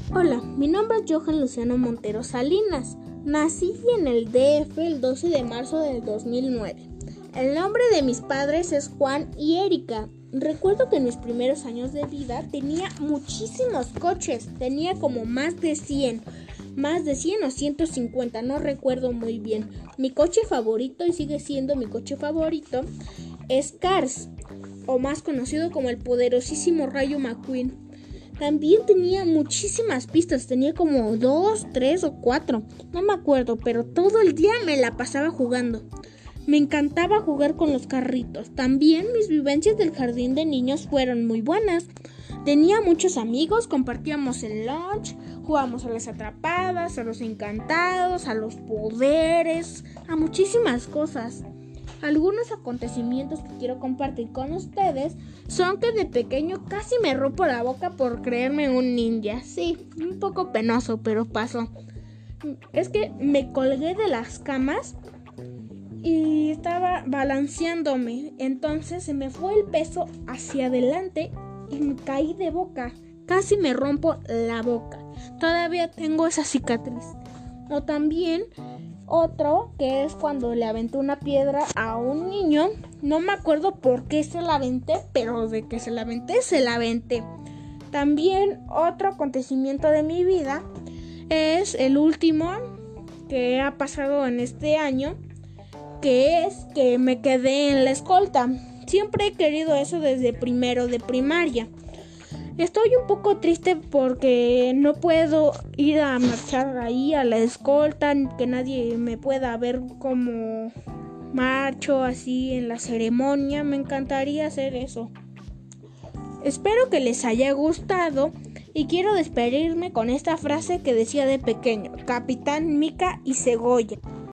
Hola, mi nombre es Johan Luciano Montero Salinas. Nací en el DF el 12 de marzo del 2009. El nombre de mis padres es Juan y Erika. Recuerdo que en mis primeros años de vida tenía muchísimos coches. Tenía como más de 100 o 150, no recuerdo muy bien. Mi coche favorito, y sigue siendo mi coche favorito, es Cars, o más conocido como el poderosísimo Rayo McQueen. También tenía muchísimas pistas, tenía como 2, 3 o 4, no me acuerdo, pero todo el día me la pasaba jugando. Me encantaba jugar con los carritos. También mis vivencias del jardín de niños fueron muy buenas. Tenía muchos amigos, compartíamos el lunch, jugábamos a las atrapadas, a los encantados, a los poderes, a muchísimas cosas. Algunos acontecimientos que quiero compartir con ustedes son que de pequeño casi me rompo la boca por creerme un ninja. Sí, un poco penoso, pero pasó. Es que me colgué de las camas y estaba balanceándome. Entonces se me fue el peso hacia adelante y me caí de boca. Casi me rompo la boca. Todavía tengo esa cicatriz. O también otro que es cuando le aventé una piedra a un niño. No me acuerdo por qué se la aventé, pero de que se la aventé. También otro acontecimiento de mi vida es el último que ha pasado en este año, que es que me quedé en la escolta. Siempre he querido eso desde primero de primaria. Estoy un poco triste porque no puedo ir a marchar ahí a la escolta, que nadie me pueda ver como marcho así en la ceremonia. Me encantaría hacer eso. Espero que les haya gustado y quiero despedirme con esta frase que decía de pequeño: Capitán Mica y Cebolla.